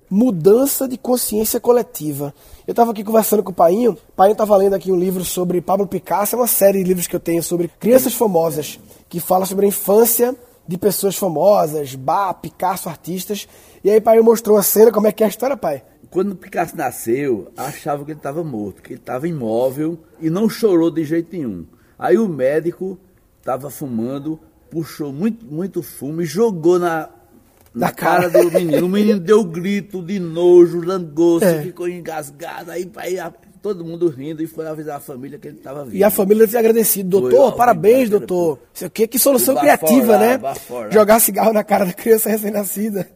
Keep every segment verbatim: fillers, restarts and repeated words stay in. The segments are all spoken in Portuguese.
Mudança de consciência coletiva. Eu estava aqui conversando com o Painho. O Painho estava lendo aqui um livro sobre Pablo Picasso. É uma série de livros que eu tenho sobre crianças famosas, que fala sobre a infância de pessoas famosas, Bá, Picasso, artistas. E aí o Painho mostrou a cena, como é que é a história, pai? Quando o Picasso nasceu, achava que ele estava morto, que ele estava imóvel e não chorou de jeito nenhum. Aí o médico estava fumando, puxou muito, muito fumo e jogou na... Na cara do menino. O menino deu grito de nojo, langosto, é. ficou engasgado. Aí, aí a, todo mundo rindo e foi avisar a família que ele estava vivo. E a família tinha agradecido. Doutor, foi, parabéns, doutor. Sei o quê, que solução criativa, fora, né? Jogar cigarro na cara da criança recém-nascida.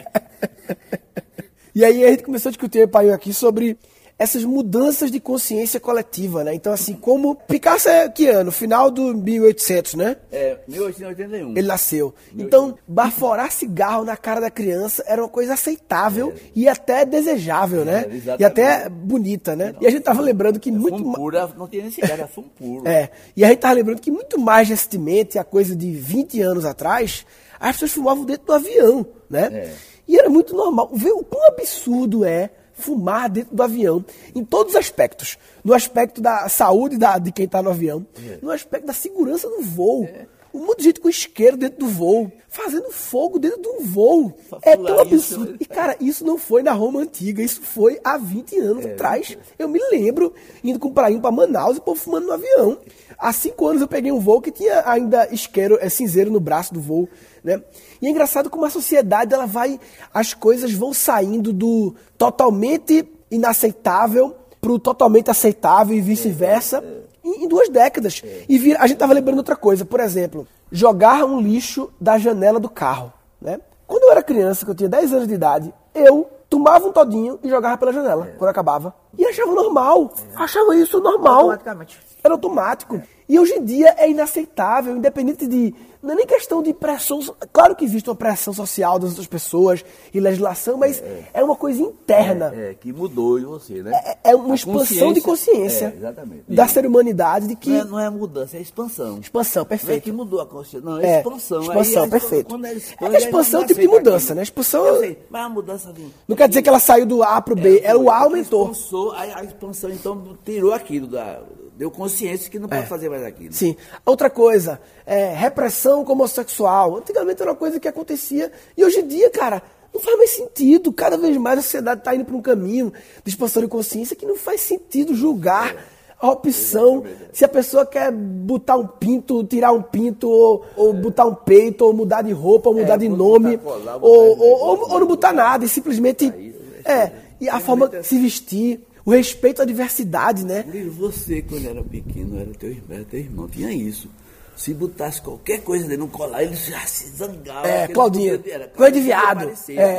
E aí a gente começou a discutir, pai, aqui sobre essas mudanças de consciência coletiva, né? Então, assim, como... Picasso é que ano? Final do mil e oitocentos, né? É, mil oitocentos e oitenta e um. Ele nasceu. Então, baforar cigarro na cara da criança era uma coisa aceitável é. e até desejável, né? É, e até bonita, né? Não, e a gente tava lembrando que é muito... Fumo puro, não tinha nem cigarro, era fumo puro. É, e a gente tava lembrando que muito mais recentemente, a coisa de vinte anos atrás, as pessoas fumavam dentro do avião, né? É. E era muito normal. Vê o quão absurdo é fumar dentro do avião, em todos os aspectos. No aspecto da saúde da, de quem está no avião, é. no aspecto da segurança do voo. É. Um monte de gente com isqueiro dentro do voo, fazendo fogo dentro de um voo. É tão absurdo. E, cara, isso não foi na Roma Antiga, isso foi há vinte anos é. atrás. Eu me lembro indo com o prainho para Manaus e o povo fumando no avião. Há cinco anos eu peguei um voo que tinha ainda isqueiro, é, cinzeiro no braço do voo, né? E é engraçado como a sociedade, ela vai, as coisas vão saindo do totalmente inaceitável para o totalmente aceitável e vice-versa é, é. Em, em duas décadas. É. E vira, a gente estava lembrando outra coisa, por exemplo, jogar um lixo da janela do carro, né? Quando eu era criança, que eu tinha dez anos de idade, eu tomava um todinho e jogava pela janela, é. quando acabava. E achava normal, é. achava isso normal. Automaticamente. Era automático. É. E hoje em dia é inaceitável, independente de... Não é nem questão de pressão... Claro que existe uma pressão social das outras pessoas e legislação, mas é, é uma coisa interna. É, é, que mudou em você, né? É, é uma a expansão de consciência é, exatamente. da ser humanidade de que... Não é, não é mudança, é expansão. Expansão, perfeito. Não é que mudou a consciência, não, é, é expansão. Expansão, aí, perfeito. Quando é, expande, é expansão é um tipo de mudança, aquilo. Né? Expansão... Eu sei, mas a mudança... De... Não quer dizer que ela saiu do A para o B, é, ela, o A aumentou. Expansou, a, a expansão, então, tirou aquilo da... Deu consciência que não pode é. fazer mais aquilo. Sim. Outra coisa, é, repressão com homossexual. Antigamente era uma coisa que acontecia. E hoje em dia, cara, não faz mais sentido. Cada vez mais a sociedade está indo para um caminho de expansão de consciência que não faz sentido julgar é. a opção. Se a pessoa quer botar um pinto, tirar um pinto, ou, ou é. botar um peito, ou mudar de roupa, ou mudar é, de nome, colar, ou, ou, ou, ou não botar nada. E simplesmente... É, e a forma de se vestir... O respeito à diversidade, né? Você, quando era pequeno, era teu, era teu irmão, tinha isso. Se botasse qualquer coisa dele não colar, ele já se zangava. É, Claudinho. Coisa de viado.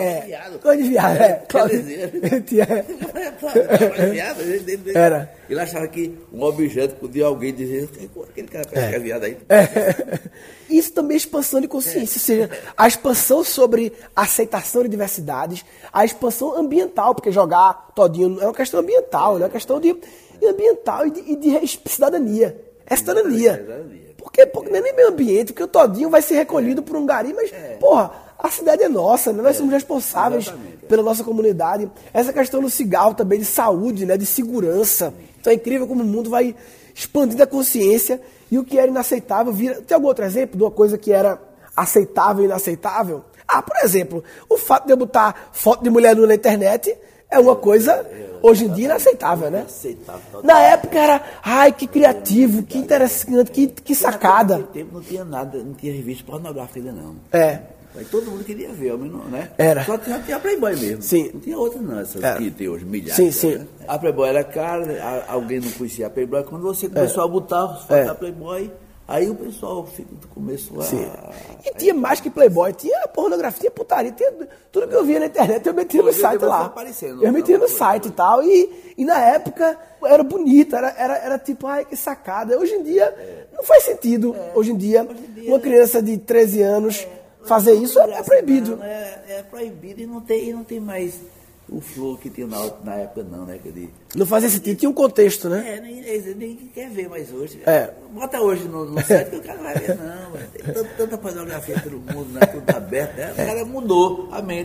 É, coisa de viado. É, Claudinho. Era. Ele achava que um objeto podia alguém dizer, aquele cara que é viado aí. É. Isso também é expansão de consciência, é. ou seja, a expansão sobre a aceitação de diversidades, a expansão ambiental, porque jogar todinho é uma questão ambiental, é uma questão de ambiental e de, e de cidadania. É cidadania. Porque, porque não é nem meio ambiente, porque o todinho vai ser recolhido por um gari, mas, é. porra, a cidade é nossa, né? Nós é. somos responsáveis Exatamente. pela nossa comunidade. Essa questão do cigarro também, de saúde, né? De segurança. Então é incrível como o mundo vai expandindo a consciência e o que era inaceitável vira... Tem algum outro exemplo de uma coisa que era aceitável e inaceitável? Ah, por exemplo, o fato de eu botar foto de mulher nua na internet é uma coisa... Hoje em dia é inaceitável, né? Na época era, ai, que criativo, que interessante, que, que sacada. Naquele tempo não tinha nada, não tinha revista pornográfica não. É. Aí todo mundo queria ver, né? Era. Só tinha, tinha a Playboy mesmo. Sim. Não tinha outra não, essas era. que tem hoje, milhares. Sim, sim. Né? A Playboy era cara, alguém não conhecia a Playboy. Quando você começou é. a botar as fotos é. da Playboy... Aí o pessoal começou a... Sim. E tinha mais que Playboy, tinha pornografia, tinha putaria, tinha tudo que eu via na internet, eu metia no site lá. Eu metia no site e tal, e, e na época era bonito, era, era, era tipo, ai, que sacada. Hoje em dia, é. não faz sentido, é. hoje, em dia, hoje em dia, uma criança de treze anos é. fazer não, isso não é, é proibido. Não, é, é proibido e não tem, não tem mais... O flow que tinha na, na época não, né? De... Não fazia sentido, tinha um contexto, né? É, ninguém, ninguém quer ver mais hoje. É. Bota hoje no, no site que o cara não vai ver, não. Tem tanta, tanta pornografia pelo mundo, né? Tudo aberto, né? O cara mudou a mente.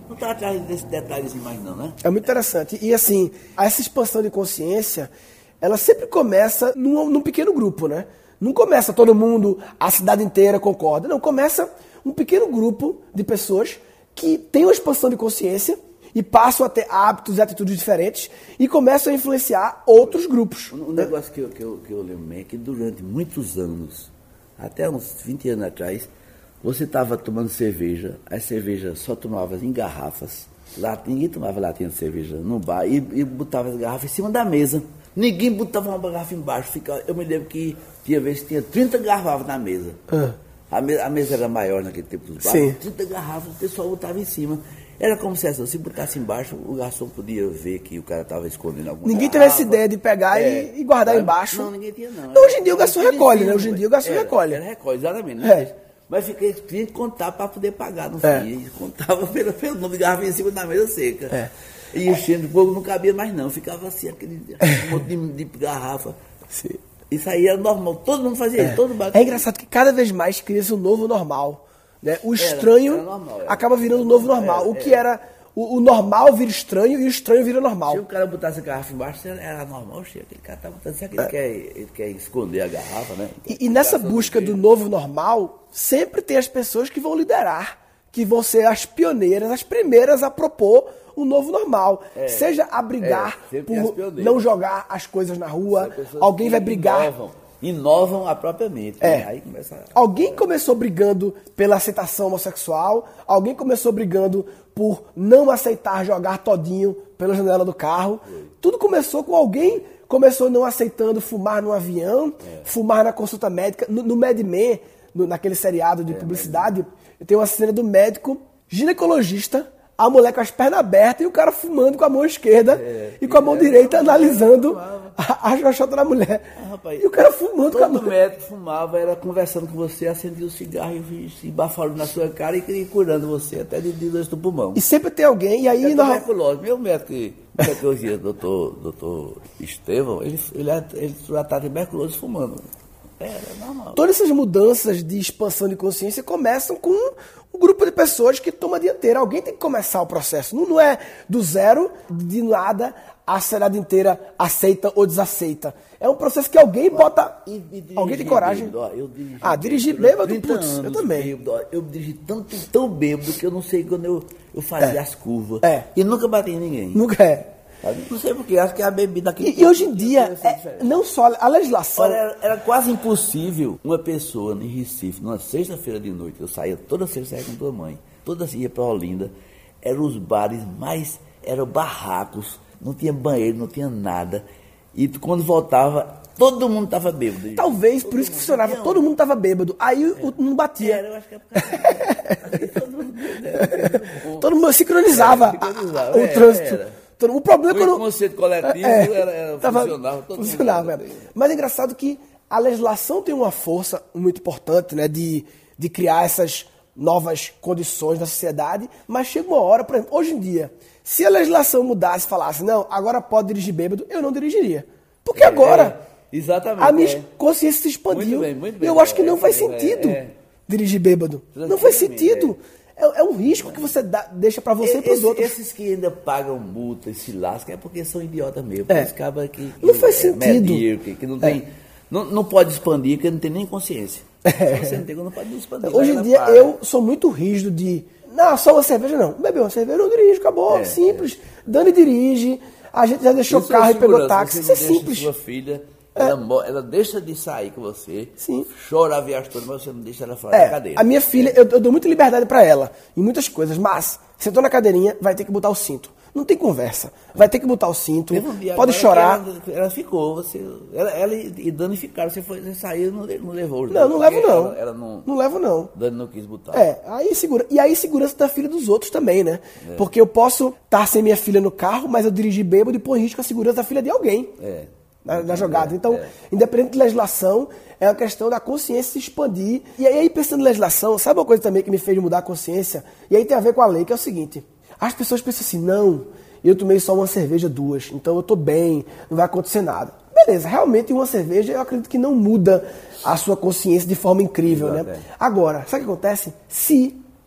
Não está atrás desse detalhezinho mais não, né? É muito interessante. E assim, essa expansão de consciência, ela sempre começa num, num pequeno grupo, né? Não começa todo mundo, a cidade inteira concorda. Não, começa um pequeno grupo de pessoas que têm uma expansão de consciência e passam a ter hábitos e atitudes diferentes e começam a influenciar outros grupos. Um negócio que eu, que eu, que eu lembro é que durante muitos anos, até uns vinte anos atrás, você estava tomando cerveja, as cervejas só tomava em garrafas, lá, ninguém tomava latinha de cerveja no bar e, e botava as garrafas em cima da mesa. Ninguém botava uma garrafa embaixo. Ficava, eu me lembro que tinha vezes que tinha trinta garrafas na mesa. Ah. A, me, a mesa era maior naquele tempo dos bares. trinta garrafas, o pessoal botava em cima. Era como se assim, se botasse embaixo, o garçom podia ver que o cara estava escondendo alguma Ninguém garrafa. teve essa ideia de pegar é, e, e guardar era, embaixo. Não, ninguém tinha não. Então, hoje em dia o garçom recolhe, né? Hoje em dia o garçom era, recolhe. Era recolhe, exatamente. Né? É. Mas fiquei, tinha que contar para poder pagar no é. fim. Contava pelo, pelo número de garrafa em cima da mesa seca. É. E enchendo o fogo não cabia mais não. Ficava assim, aquele monte de, de garrafa. Sim. Isso aí era normal. Todo mundo fazia é. isso. Todo mundo... É engraçado que cada vez mais cria-se um novo normal. Né? O estranho era, era normal, acaba virando o um novo normal. Era, o que era... O, o normal vira estranho e o estranho vira normal. Se o cara botasse a garrafa embaixo, era normal. Aquele cara tá botando... Será que ele, é. quer, ele quer esconder a garrafa, né? E, e nessa busca do novo normal, sempre tem as pessoas que vão liderar, que vão ser as pioneiras, as primeiras a propor um novo normal. É, seja a brigar é, por não jogar as coisas na rua, alguém vai brigar... Inovam, inovam a própria mente. É. Né? Aí começa a... Alguém começou brigando pela aceitação homossexual, alguém começou brigando por não aceitar jogar todinho pela janela do carro. Foi. Tudo começou com alguém, começou não aceitando fumar no avião, é. fumar na consulta médica. No, no Mad Men, no, naquele seriado de é, publicidade, tem uma cena do médico ginecologista, a mulher com as pernas abertas e o cara fumando com a mão esquerda é, e com a mão é, direita é, analisando a, a xoxota da mulher. Ah, rapaz, e o cara fumando com a mão. Todo médico fumava, era conversando com você, acendia o cigarro e se bafando na sua cara e, e curando você, até de doença do pulmão. E sempre tem alguém, e aí... É tuberculose. Meu médico, que hoje é doutor, doutor Estevão, ele, ele, ele tratava tuberculose fumando. Era normal. Todas essas mudanças de expansão de consciência começam com um grupo de pessoas que toma a dianteira. Alguém tem que começar o processo. Não, não é do zero, de nada, a sociedade inteira aceita ou desaceita. É um processo que alguém bota... E, e alguém tem coragem. Bêbado, ó, eu dirigi ah, dirigir bêbado, putz, eu também. Bêbado, ó, eu dirigi tanto, tão bêbado que eu não sei quando eu, eu fazia é. as curvas. É. E nunca bati em ninguém. Nunca é. Não sei porque, acho que é a bebida aqui. E, e hoje em dia, é, não só a legislação... Olha, era, era quase impossível uma pessoa em Recife, numa sexta-feira de noite, eu saía toda sexta com tua mãe, toda assim ia pra Olinda, eram os bares mais, eram barracos, não tinha banheiro, não tinha nada, e quando voltava, todo mundo estava bêbado. Talvez, por isso que funcionava, todo mundo estava bêbado, aí é. o, não batia. Era, eu acho que é porque... todo mundo bêbado. Todo mundo sincronizava, é, sincronizava. A, a, o é, trânsito. Era. O problema o é quando... conceito coletivo é, era, era, tava, funcionava. Todo funcionava mundo. Mas é engraçado que a legislação tem uma força muito importante, né, de, de criar essas novas condições na sociedade, mas chega uma hora, por exemplo, hoje em dia, se a legislação mudasse e falasse, não, agora pode dirigir bêbado, eu não dirigiria. Porque é, agora é, exatamente, a minha é. consciência se expandiu. Muito bem, muito bem, e eu acho que não é, faz sentido é, é. dirigir bêbado. Não faz sentido. É. É, é um risco que você dá, deixa pra você e pros Esse, outros. Esses que ainda pagam multa e se lascam é porque são idiotas mesmo. É. Esse cara que, que não faz é sentido. Medíocre, que não tem... É. Não, não pode expandir, porque não tem nem consciência. É. Se você não tem, não pode expandir. Hoje em dia, para. eu sou muito rígido de... Não, só uma cerveja não. Bebeu uma cerveja, eu dirijo, acabou. É, simples. É. Dani dirige. A gente já deixou o carro e pegou táxi. Isso é simples. Sua filha... Ela, ela deixa de sair com você, Sim. chora a viagem toda, mas você não deixa ela fora é, da cadeira. A minha filha, eu, eu dou muita liberdade pra ela, em muitas coisas, mas sentou na cadeirinha, vai ter que botar o cinto. Não tem conversa. Vai ter que botar o cinto, um pode chorar. Ela, ela ficou, você, ela, ela e Dani ficaram, você, foi, você saiu e não, não levou. Não, não levo não. Ela, ela não. Não levo não. Dani não quis botar. É, aí segura. E aí segurança da filha dos outros também, né? É. Porque eu posso estar sem minha filha no carro, mas eu dirigir bêbado e pôr em risco a segurança da filha de alguém. É. Na, na jogada. Então, é. independente de legislação, é uma questão da consciência se expandir. E aí, pensando em legislação, sabe uma coisa também que me fez mudar a consciência? E aí tem a ver com a lei, que é o seguinte. As pessoas pensam assim, não, eu tomei só uma cerveja, duas, então eu tô bem, não vai acontecer nada. Beleza, realmente uma cerveja eu acredito que não muda a sua consciência de forma incrível, Exato, né? É. Agora, sabe o que acontece? Se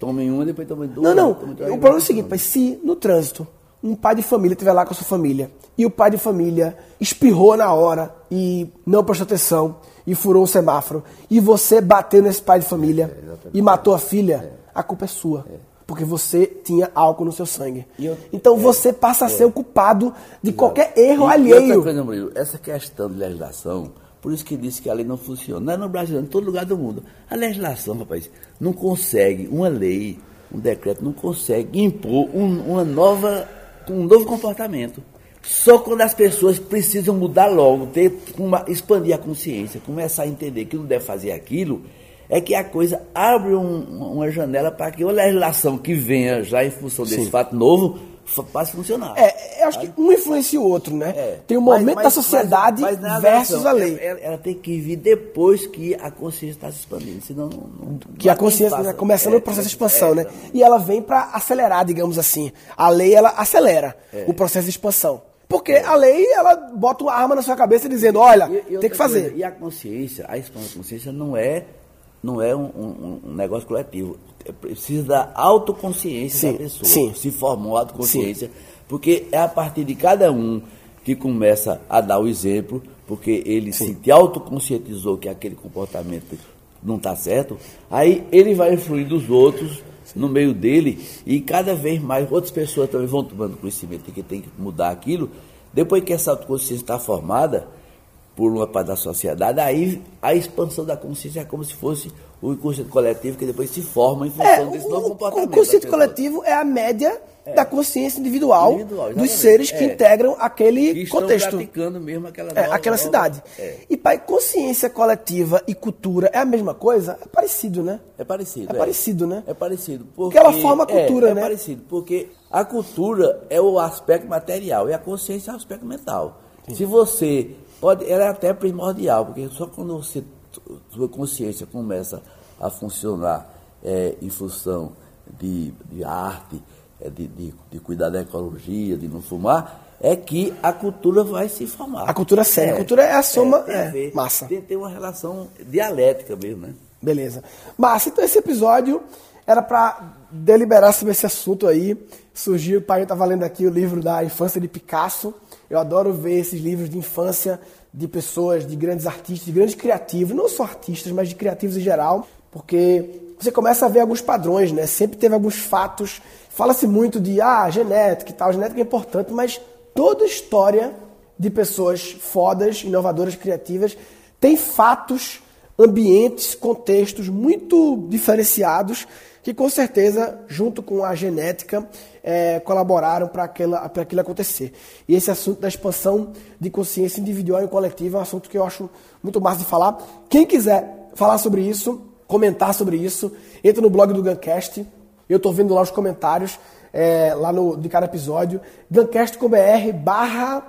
Tomem uma, depois tomem duas. Não, não. O problema é o seguinte, mas se no trânsito um pai de família estiver lá com a sua família e o pai de família espirrou na hora e não prestou atenção e furou um semáforo e você bateu nesse pai de família é, e matou a filha, é. a culpa é sua. É. Porque você tinha álcool no seu sangue. Eu, então é, você passa a ser é. o culpado de Exato. qualquer erro e, alheio. E outra coisa, Murilo, essa questão de legislação, por isso que disse que a lei não funciona. Não é no Brasil, em todo lugar do mundo. A legislação, rapaz, não consegue, uma lei, um decreto, não consegue impor um, uma nova, um novo comportamento. Só quando as pessoas precisam mudar logo, ter uma, expandir a consciência, começar a entender que não deve fazer aquilo, é que a coisa abre um, uma janela para que uma legislação que venha já em função desse Sim. fato novo passe a funcionar. É, eu acho que um influencia o outro, né? É. Tem um momento mas, mas, da sociedade mas, mas versus a lei. Ela, ela tem que vir depois que a consciência está se expandindo, senão não, não, que a consciência está começando é, o processo de expansão, é, né? E ela vem para acelerar, digamos assim. A lei, ela acelera é. o processo de expansão. Porque é. a lei, ela bota uma arma na sua cabeça dizendo, olha, e, e tem que fazer. Coisa, e a consciência, a expansão da consciência não é não é um, um, um negócio coletivo. Precisa da autoconsciência sim, da pessoa. Sim. Se formou a autoconsciência, sim. porque é a partir de cada um que começa a dar o exemplo, porque ele sim. se autoconscientizou que aquele comportamento não está certo, aí ele vai influir dos outros no meio dele e cada vez mais outras pessoas também vão tomando conhecimento de que tem que mudar aquilo. Depois que essa autoconsciência está formada por uma parte da sociedade, aí a expansão da consciência é como se fosse o inconsciente coletivo que depois se forma em função é, desse o, novo comportamento. O consciente coletivo é a média é. da consciência individual, individual dos seres que é. integram aquele que estão contexto. praticando mesmo aquela, é, nova, aquela nova, cidade. É. E, pai, consciência coletiva e cultura é a mesma coisa? É parecido, né? É parecido. É, é. parecido, né? É parecido. Porque, porque ela forma a cultura, é, né? É parecido, porque a cultura é o aspecto material e a consciência é o aspecto mental. Sim. Se você... Pode, ela é até primordial, porque só quando você, sua consciência começa a funcionar é, em função de, de arte, é, de, de, de cuidar da ecologia, de não fumar, é que a cultura vai se formar. A cultura séria, é, a cultura é a soma, é, é, ver, massa. Tem que ter uma relação dialética mesmo, né? Beleza. Massa, então esse episódio era para deliberar sobre esse assunto aí. Surgiu, o pai estava lendo aqui o livro da infância de Picasso. Eu adoro ver esses livros de infância de pessoas, de grandes artistas, de grandes criativos, não só artistas, mas de criativos em geral, porque você começa a ver alguns padrões, né? Sempre teve alguns fatos. Fala-se muito de, ah, genética e tal, genética é importante, mas toda história de pessoas fodas, inovadoras, criativas, tem fatos, ambientes, contextos muito diferenciados que com certeza, junto com a genética, é, colaboraram para aquilo acontecer. E esse assunto da expansão de consciência individual e coletiva é um assunto que eu acho muito massa de falar. Quem quiser falar sobre isso, comentar sobre isso, entra no blog do Guncast. Eu estou vendo lá os comentários, é, lá no, de cada episódio. Guncast.com.br barra,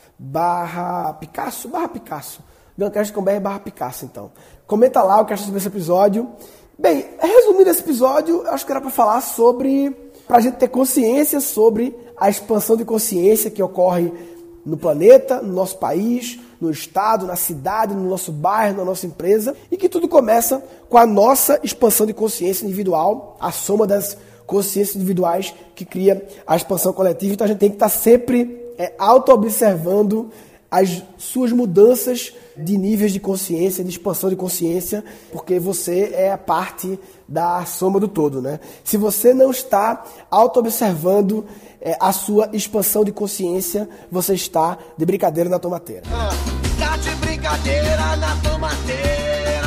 barra Picasso, barra Picasso. Guncast.com.br barra Picasso, então. Comenta lá o que acha sobre esse episódio. Bem, resumindo esse episódio, acho que era para falar sobre, para a gente ter consciência sobre a expansão de consciência que ocorre no planeta, no nosso país, no estado, na cidade, no nosso bairro, na nossa empresa, e que tudo começa com a nossa expansão de consciência individual, a soma das consciências individuais que cria a expansão coletiva. Então a gente tem que estar sempre é, auto-observando as suas mudanças de níveis de consciência, de expansão de consciência, porque você é a parte da soma do todo, né? Se você não está auto-observando é, a sua expansão de consciência, você está de brincadeira na tomateira. Ah, tá de brincadeira na tomateira.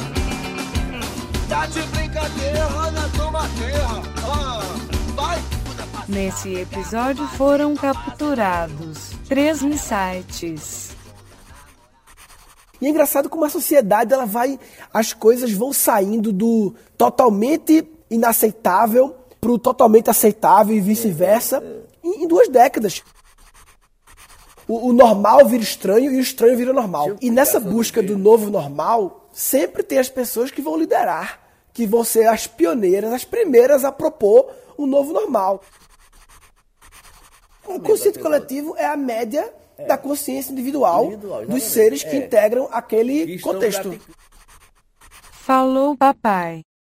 Tá de brincadeira na tomateira. Ah, vai. Nesse episódio foram capturados três insights. E é engraçado como a sociedade, ela vai, as coisas vão saindo do totalmente inaceitável para o totalmente aceitável e vice-versa em, em duas décadas. O, o normal vira estranho e o estranho vira normal. E nessa busca do novo normal, sempre tem as pessoas que vão liderar, que vão ser as pioneiras, as primeiras a propor um novo normal. O conceito coletivo é a média é. da consciência individual, individual dos seres que é. integram aquele contexto. Falou, papai.